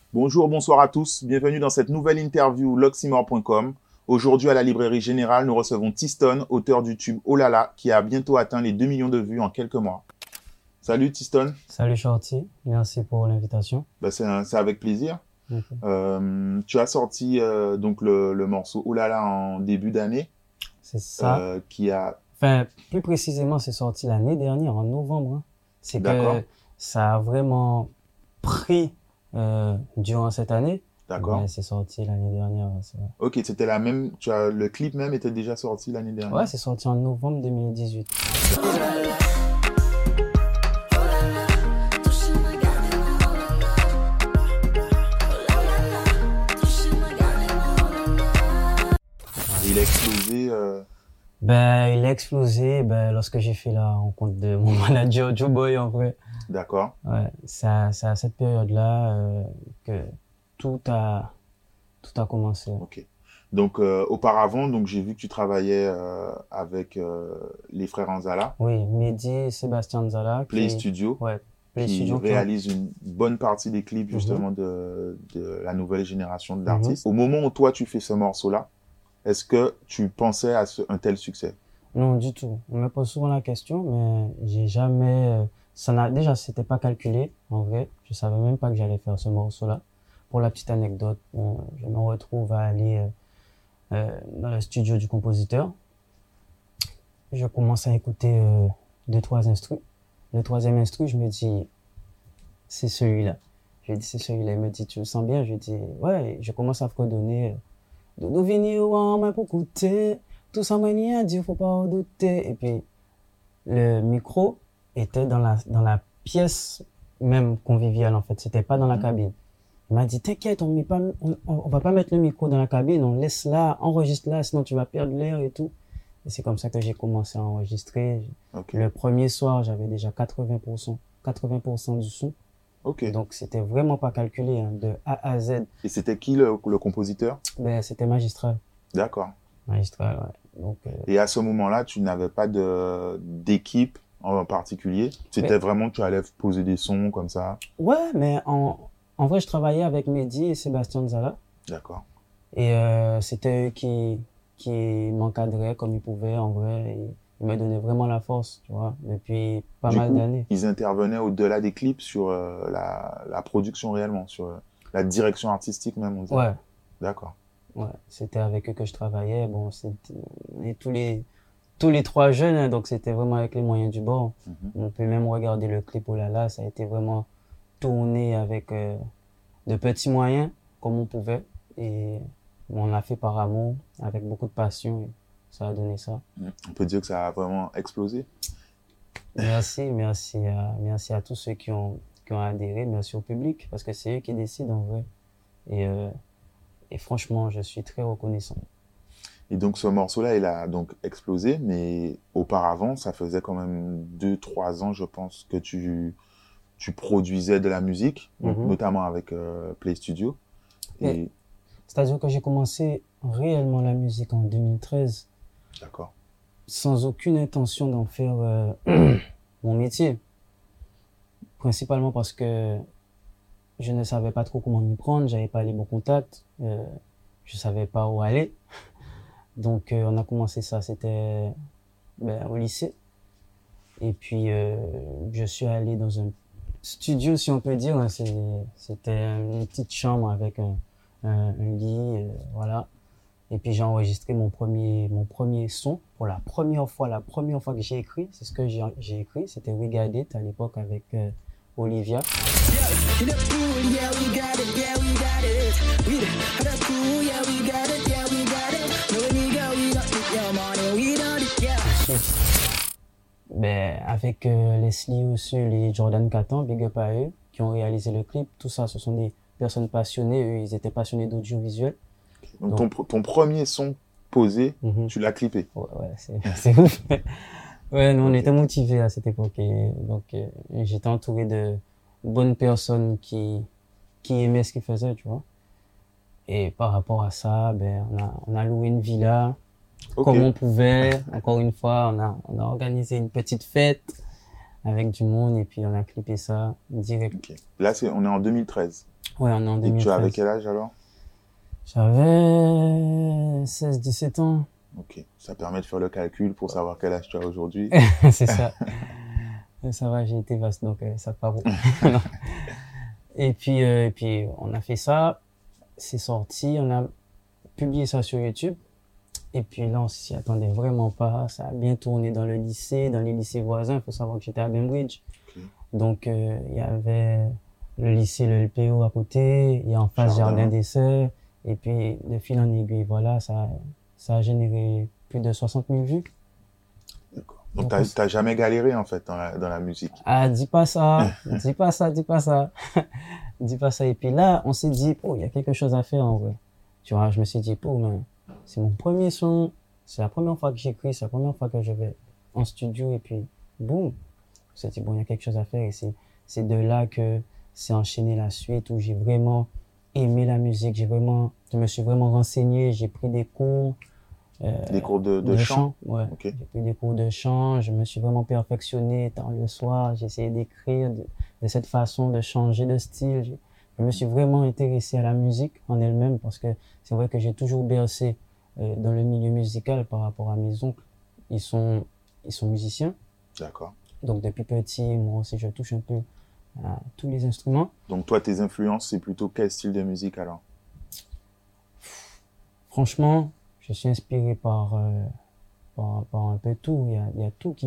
Bonjour, bonsoir à tous. Bienvenue dans cette nouvelle interview loximore.com. Aujourd'hui, à la Librairie Générale, nous recevons Tiston, auteur du tube Oh là là, qui a bientôt atteint les 2 millions de vues en quelques mois. Salut Tiston. Salut Shorty, merci pour l'invitation. C'est avec plaisir. Ok. Tu as sorti donc le morceau Oh là là en début d'année, C'est ça. qui a... Enfin, plus précisément, c'est sorti l'année dernière, en novembre, hein. C'est D'accord, que ça a vraiment pris durant cette année. d'accord. Mais c'est sorti l'année dernière, ouais, c'est vrai. Ok, c'était la même... le clip même était déjà sorti l'année Ouais, dernière. c'est sorti en novembre 2018. Et il a explosé... Il a explosé lorsque j'ai fait la rencontre de mon manager Joe Boy, en vrai. D'accord. Ouais, c'est à cette période-là que tout a, tout a commencé. Ok. Donc, auparavant, donc j'ai vu que tu travaillais avec les frères Anzala, Oui, Mehdi et Sébastien Zala Play Studio, ouais, les qui étudiants qui ont, réalisent une bonne partie des clips Mhm, justement de la nouvelle génération mhm. d'artistes. Au moment où toi tu fais ce morceau-là, est-ce que tu pensais à un tel succès? Non, du tout. On me pose souvent la question, mais j'ai jamais, déjà, c'était pas calculé, en vrai. Je savais même pas que j'allais faire ce morceau-là. Pour la petite anecdote, bon, je me retrouve à aller, dans le studio du compositeur. Je commence à écouter, deux, trois instrus. Le troisième instru, je me dis, c'est celui-là. Je lui dis, c'est celui-là. Il me dit, tu le sens bien? Je lui dis, ouais. Je commence à fredonner. De nous venir en main pour coûter. Tout ça, moi, n'y a dit, faut pas en douter. Et puis, le micro était dans la pièce même conviviale, en fait. C'était pas dans la Mhm. cabine. Il m'a dit, t'inquiète, on va pas mettre le micro dans la cabine, on laisse là, enregistre là, sinon tu vas perdre l'air et tout. Et c'est comme ça que j'ai commencé à enregistrer. Ok, Le premier soir, j'avais déjà 80% du son. ok. Donc, c'était vraiment pas calculé, hein, de A à Z. Et c'était qui le compositeur? C'était magistral. D'accord. Magistral, ouais. Donc, Et à ce moment-là, tu n'avais pas d'équipe en particulier? mais, C'était vraiment que tu allais poser des sons comme ça? ouais, mais en vrai, je travaillais avec Mehdi et Sébastien Zala. D'accord. Et c'était eux qui m'encadraient comme ils pouvaient, en vrai. Et ils me donnaient vraiment la force, tu vois, depuis pas Du mal coup, d'années. ils intervenaient au-delà des clips sur la production réellement, sur la direction artistique même, on dirait. Ouais, D'accord. ouais. C'était avec eux que je travaillais. Bon, et tous les trois jeunes, hein, donc c'était vraiment avec les moyens du bord. Mhm. On peut même regarder le clip Oh là là, ça a été vraiment tourné avec de petits moyens, comme on pouvait. Et on l'a fait par amour, avec beaucoup de passion. Et ça a donné ça. On peut dire que ça a vraiment explosé. Merci à tous ceux qui ont adhéré. Merci au public, parce que c'est eux qui décident en vrai. Et, euh, et franchement, je suis très reconnaissant. Et donc ce morceau-là, il a donc explosé, mais auparavant, ça faisait quand même 2, 3 ans, je pense, que tu produisais de la musique, donc Mhm. notamment avec Play Studio. Et Et c'est-à-dire que j'ai commencé réellement la musique en 2013, d'accord. sans aucune intention d'en faire mon métier. Principalement parce que je ne savais pas trop comment m'y prendre, j'avais pas les bons contacts, je savais pas où aller. Donc on a commencé ça, c'était au lycée. Et puis je suis allé dans un studio, si on peut dire, hein. C'était une petite chambre avec un lit, voilà. Et puis j'ai enregistré mon premier son pour la première fois que j'ai écrit, c'est ce que j'ai écrit, c'était We Got It à l'époque avec Olivia. In the pool, yeah, we got it, yeah, we got it. We the pool, yeah, we got it, yeah, we got it. No nigga, we don't need your money, we don't need, yeah. Ensuite, avec Leslie Usul et Jordan Catan, big up à eux, qui ont réalisé le clip. Tout ça, ce sont des personnes passionnées. Eux, ils étaient passionnés d'audiovisuel. Donc Donc, ton premier son posé, mhm. tu l'as clippé. Ouais, c'est ouf. Ouais, nous, on Ok. était motivés à cette époque. Et donc, j'étais entouré de bonnes personnes qui aimaient ce qu'ils faisaient, tu vois. Et par rapport à ça, on a loué une villa Ok. comme on pouvait. Encore une fois, on a organisé une petite fête. avec du monde et puis on a clippé ça direct. Ok. Là, on est en 2013. Ouais, on est en Et tu 2013. avais quel âge alors? J'avais 16-17 ans. Ok. Ça permet de faire le calcul pour savoir quel âge tu as aujourd'hui. C'est ça. Ça va, j'ai été vaste, donc ça part où. Non. Et puis, on a fait ça, c'est sorti, on a publié ça sur YouTube. Et puis là, on s'y attendait vraiment pas. Ça a bien tourné dans le lycée, dans les lycées voisins. Il faut savoir que j'étais à Bainbridge. Ok. Donc, il y avait le lycée, le LPO à côté, et en face, Jardin des Sœurs. Et puis, de fil en aiguille, voilà, ça a généré plus de 60 000 vues. D'accord. Donc, t'as jamais galéré, en fait, dans la musique. Ah, dis pas ça, dis pas ça, dis pas ça. Dis pas ça. Et puis là, on s'est dit, oh, il y a quelque chose à faire en vrai. Tu vois, je me suis dit, oh, mais c'est mon premier son, c'est la première fois que j'écris, c'est la première fois que je vais en studio et puis, boum. Je me suis dit, bon, il y a quelque chose à faire et c'est de là que c'est enchaîné la suite où j'ai vraiment aimé la musique, je me suis vraiment renseigné, j'ai pris des cours. Des cours de chant? Ouais. Okay. J'ai pris des cours de chant, je me suis vraiment perfectionné tard le soir, j'ai essayé d'écrire de cette façon, de changer de style. Je me suis vraiment intéressé à la musique en elle-même parce que c'est vrai que j'ai toujours bercé dans le milieu musical par rapport à mes oncles. Ils sont musiciens. D'accord. Donc depuis petit, moi aussi, je touche un peu à tous les instruments. Donc toi, tes influences, c'est plutôt quel style de musique alors? Franchement, je suis inspiré par un peu tout. Il y a tout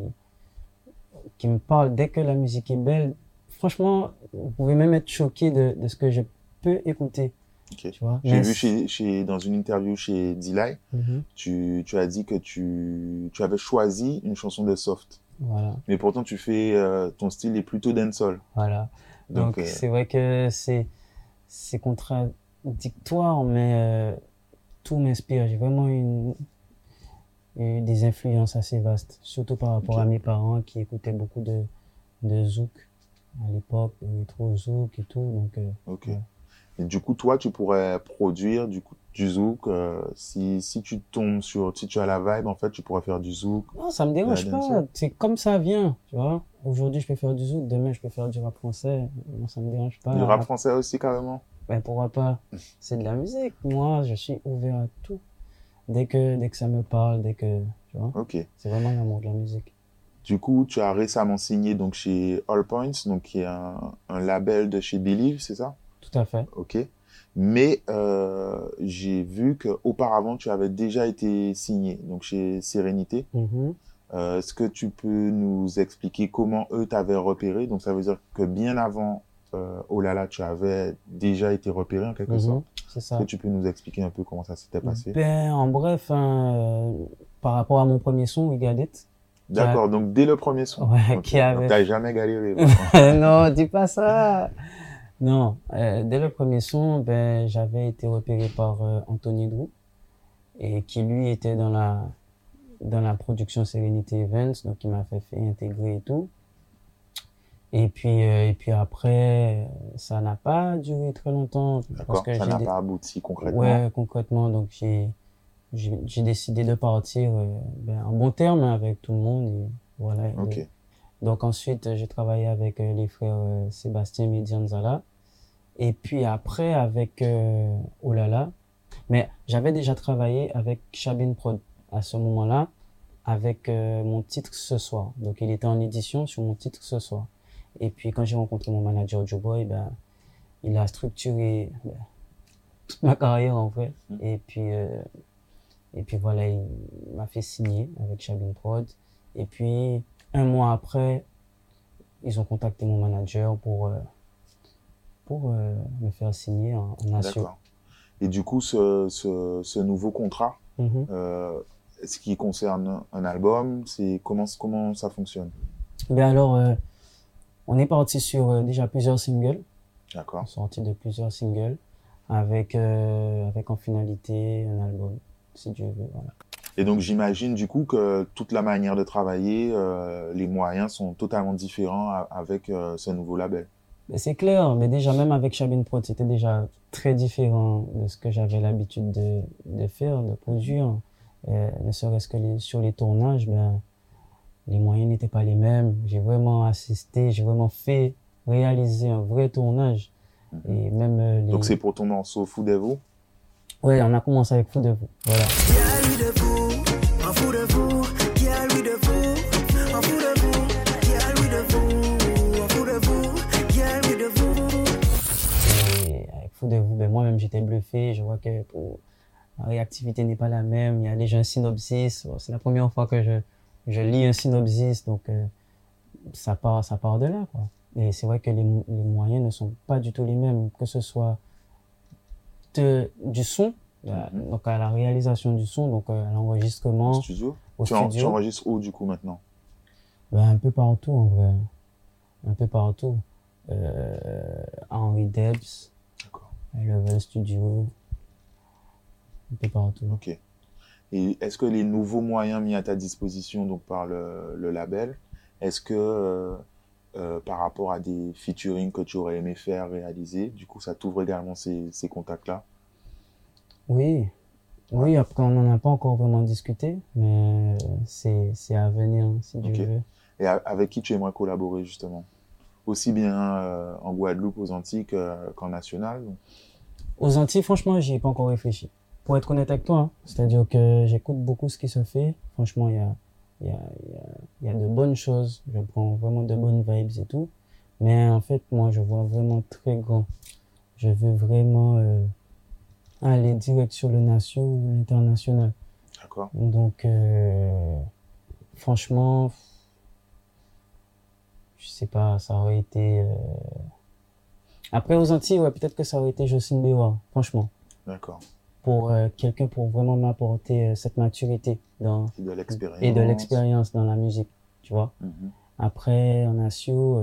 qui me parle. Dès que la musique est belle, franchement, vous pouvez même être choqué de ce que je peux écouter. Okay. Tu vois? J'ai vu dans une interview chez D-Live, tu as dit que tu avais choisi une chanson de soft. Voilà. Mais pourtant, ton style est plutôt dancehall. Voilà. Donc c'est vrai que c'est contradictoire, mais tout m'inspire. J'ai vraiment eu des influences assez vastes, surtout par rapport à mes parents qui écoutaient beaucoup de zouk à l'époque, électro zouk et tout. Donc, ouais. Et du coup, toi, tu pourrais produire du zouk. Si tu tombes si tu as la vibe, en fait, tu pourrais faire du zouk. Non, ça me dérange pas. C'est comme ça vient, tu vois. Aujourd'hui, je peux faire du zouk, demain, je peux faire du rap français. Non, ça me dérange pas. Du rap français aussi, carrément? Ben, pourquoi pas? C'est de la musique. Moi, je suis ouvert à tout. Dès que ça me parle, tu vois. Ok. C'est vraiment l'amour de la musique. Du coup, tu as récemment signé donc chez All Points, donc qui est un label de chez Believe, c'est ça? Tout à fait. Ok. Mais j'ai vu qu'auparavant, tu avais déjà été signé donc chez Sérénité. Est-ce que tu peux nous expliquer comment eux t'avaient repéré? Donc, ça veut dire que bien avant Oh là là, tu avais déjà été repéré en quelque sorte. C'est ça. Est-ce que tu peux nous expliquer un peu comment ça s'était passé? Ben, en bref, par rapport à mon premier son, We Got It. D'accord, donc dès le premier son. Ouais, okay. Donc, t'as jamais galéré. Non, dis pas ça. Non, dès le premier son, ben, j'avais été repéré par Anthony Drew, et qui lui était dans la production Serenity Events, donc il m'a fait intégrer et tout. Et puis après, ça n'a pas duré très longtemps. D'accord, ça n'a pas abouti concrètement. Ouais, concrètement, donc j'ai décidé de partir en bon terme avec tout le monde. Et voilà. Okay. Donc ensuite, j'ai travaillé avec les frères Sébastien Medianzala. Et puis après, avec Olala. Mais j'avais déjà travaillé avec Chabin Prod à ce moment-là, avec mon titre Ce Soir. Donc il était en édition sur mon titre Ce Soir. Et puis quand j'ai rencontré mon manager Joe Boy, ben, il a structuré toute ma carrière en fait. Et puis voilà, il m'a fait signer avec Chabin Prod. Et puis un mois après, ils ont contacté mon manager pour me faire signer en nation. D'accord. Et du coup, ce nouveau contrat, ce qui concerne un album, c'est comment ça fonctionne? Ben alors, on est parti sur déjà plusieurs singles. D'accord. On est sorti de plusieurs singles avec en finalité un album, si Dieu veut. Voilà. Et donc j'imagine du coup que toute la manière de travailler, les moyens sont totalement différents avec ce nouveau label. Ben, c'est clair, mais déjà même avec Chabin Prod, c'était déjà très différent de ce que j'avais l'habitude de faire, de produire. Ne serait-ce que sur les tournages, ben les moyens n'étaient pas les mêmes. J'ai vraiment assisté, j'ai vraiment fait réaliser un vrai tournage. Et même Donc c'est pour ton morceau Fou des vous? Ouais, on a commencé avec Fou de vous. Voilà. Yeah, lui de vous, un fou de vous. Yeah, lui de vous, un fou de vous. Yeah, lui de vous, un fou de vous. Yeah, lui de vous. Et avec Fou de vous, ben moi-même j'étais bluffé. Je vois que la réactivité n'est pas la même. Il y a déjà un synopsis. Bon, c'est la première fois que je lis un synopsis, donc ça part de là, quoi. Et c'est vrai que les moyens ne sont pas du tout les mêmes, que ce soit du son, donc à la réalisation du son, donc à l'enregistrement, Au studio? au Tu studio. enregistres où du coup maintenant? Ben, un peu partout en vrai, un peu partout. Henry Debs, D'accord. Level Studio, un peu partout. Ok. Et est-ce que les nouveaux moyens mis à ta disposition donc par le label, est-ce que par rapport à des featuring que tu aurais aimé faire, réaliser, du coup ça t'ouvre également ces contacts-là? Oui, oui, après on n'en a pas encore vraiment discuté, mais c'est à venir, hein, si Ok. Dieu veut. Et avec qui tu aimerais collaborer justement? Aussi bien en Guadeloupe, aux Antilles qu'en national? Aux Antilles, franchement, j'y ai pas encore réfléchi. Pour être honnête avec toi, hein, c'est-à-dire que j'écoute beaucoup ce qui se fait. Franchement, il y a de bonnes choses. Je prends vraiment de bonnes vibes et tout. Mais en fait, moi, je vois vraiment très grand. Je veux vraiment aller direct sur le national ou l'international. D'accord. Donc, franchement, je sais pas, ça aurait été... Après, aux Antilles, ouais, peut-être que ça aurait été Jocelyne Béroir, franchement. D'accord. Pour quelqu'un pour vraiment m'apporter cette maturité Et de l'expérience. et de l'expérience dans la musique, tu vois. Mhm. Après, en Asio,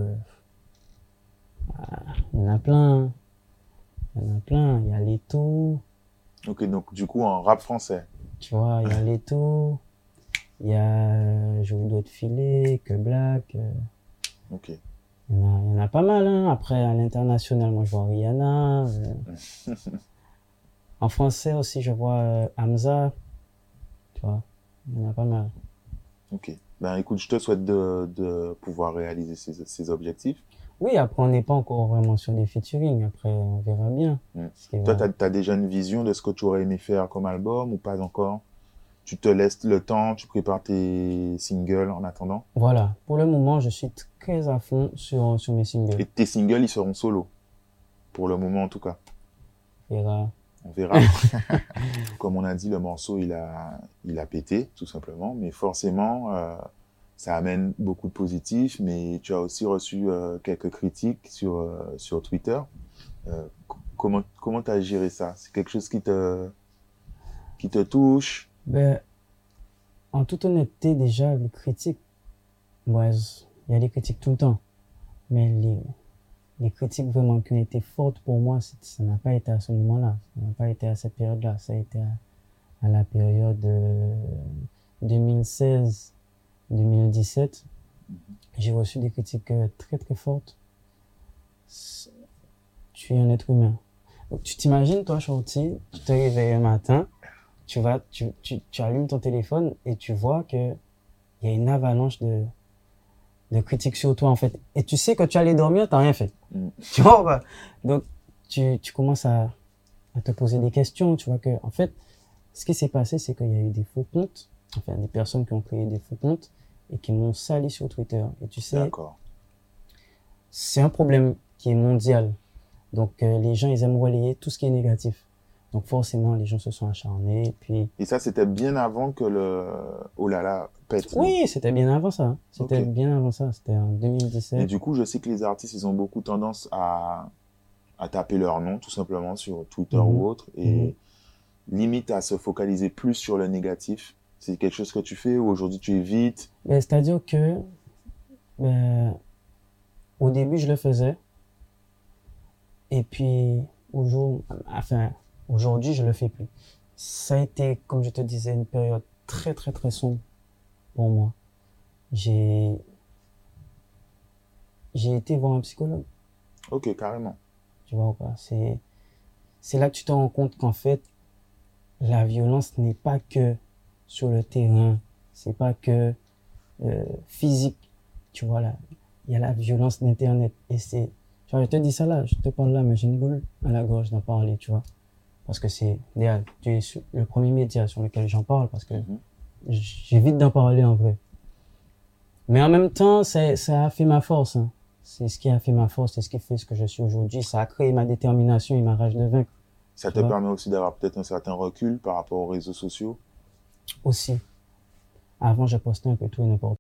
il y en a plein. Il y en a plein. Il y a Leto, Ok, donc du coup en rap français. tu vois, il y a Leto, il y a Je vous dois te filer, Que Black. Ok. Il y en a pas mal, hein. Après, à l'international, moi, je vois Rihanna. En français aussi, je vois Hamza. Tu vois, il y en a pas mal. Ok. Ben écoute, je te souhaite de pouvoir réaliser ces objectifs. Oui, après, on n'est pas encore vraiment sur des featuring. Après, on verra bien. Ce qui Toi, va- t'as déjà une vision de ce que tu aurais aimé faire comme album ou pas encore? Tu te laisses le temps, tu prépares tes singles en attendant? Voilà. Pour le moment, je suis très à fond sur mes singles. Et tes singles, ils seront solo. Pour le moment, en tout cas. On verra. On verra. Comme on a dit, le morceau, il a pété, tout simplement. Mais forcément, ça amène beaucoup de positifs. Mais tu as aussi reçu quelques critiques sur Twitter. Comment t'as géré ça? C'est quelque chose qui te touche? Ben, en toute honnêteté, déjà, les critiques, ouais, il y a des critiques tout le temps. Mais les critiques vraiment qui ont été fortes pour moi, ça n'a pas été à ce moment-là. Ça n'a pas été à cette période-là. Ça a été à la période 2016-2017. J'ai reçu des critiques très très fortes. Tu es un être humain. Donc, tu t'imagines, toi, Shorty, tu te réveilles un matin, tu allumes ton téléphone et tu vois que il y a une avalanche de critiques sur toi, en fait. Et tu sais que tu allais dormir, t'as rien fait. Tu vois, bah, donc, tu commences à te poser des questions. Tu vois que, en fait, ce qui s'est passé, c'est qu'il y a eu des faux comptes, enfin, des personnes qui ont créé des faux comptes et qui m'ont sali sur Twitter. Et tu sais, D'accord. c'est un problème qui est mondial. Donc, les gens, ils aiment relayer tout ce qui est négatif. Donc, forcément, les gens se sont acharnés. Et puis, Et ça, c'était bien avant que le Oh là là pète. oui, c'était bien avant ça. C'était Ok. bien avant ça. C'était en Et 2017. du coup, je sais que les artistes, ils ont beaucoup tendance à taper leur nom, tout simplement, sur Twitter ou autre, et limite à se focaliser plus sur le négatif. C'est quelque chose que tu fais ou aujourd'hui tu évites? Ben, c'est-à-dire que, ben, au début, je le faisais. Et puis, aujourd'hui, je le fais plus. Ça a été, comme je te disais, une période très, très, très sombre pour moi. J'ai été voir un psychologue, Ok, carrément. tu vois ou pas. C'est là que tu te rends compte qu'en fait, la violence n'est pas que sur le terrain. C'est pas que physique. Tu vois, là, il y a la violence d'Internet. Et c'est, tu vois, je te dis ça là, je te parle là, mais j'ai une boule à la gorge d'en parler, tu vois. Parce que c'est, déjà, tu es le premier média sur lequel j'en parle, parce que j'évite d'en parler en vrai. Mais en même temps, ça a fait ma force, hein. C'est ce qui a fait ma force, c'est ce qui fait ce que je suis aujourd'hui. Ça a créé ma détermination et ma rage de vaincre. Ça te permet aussi d'avoir peut-être un certain recul par rapport aux réseaux sociaux. Aussi. Avant, je postais un peu tout et n'importe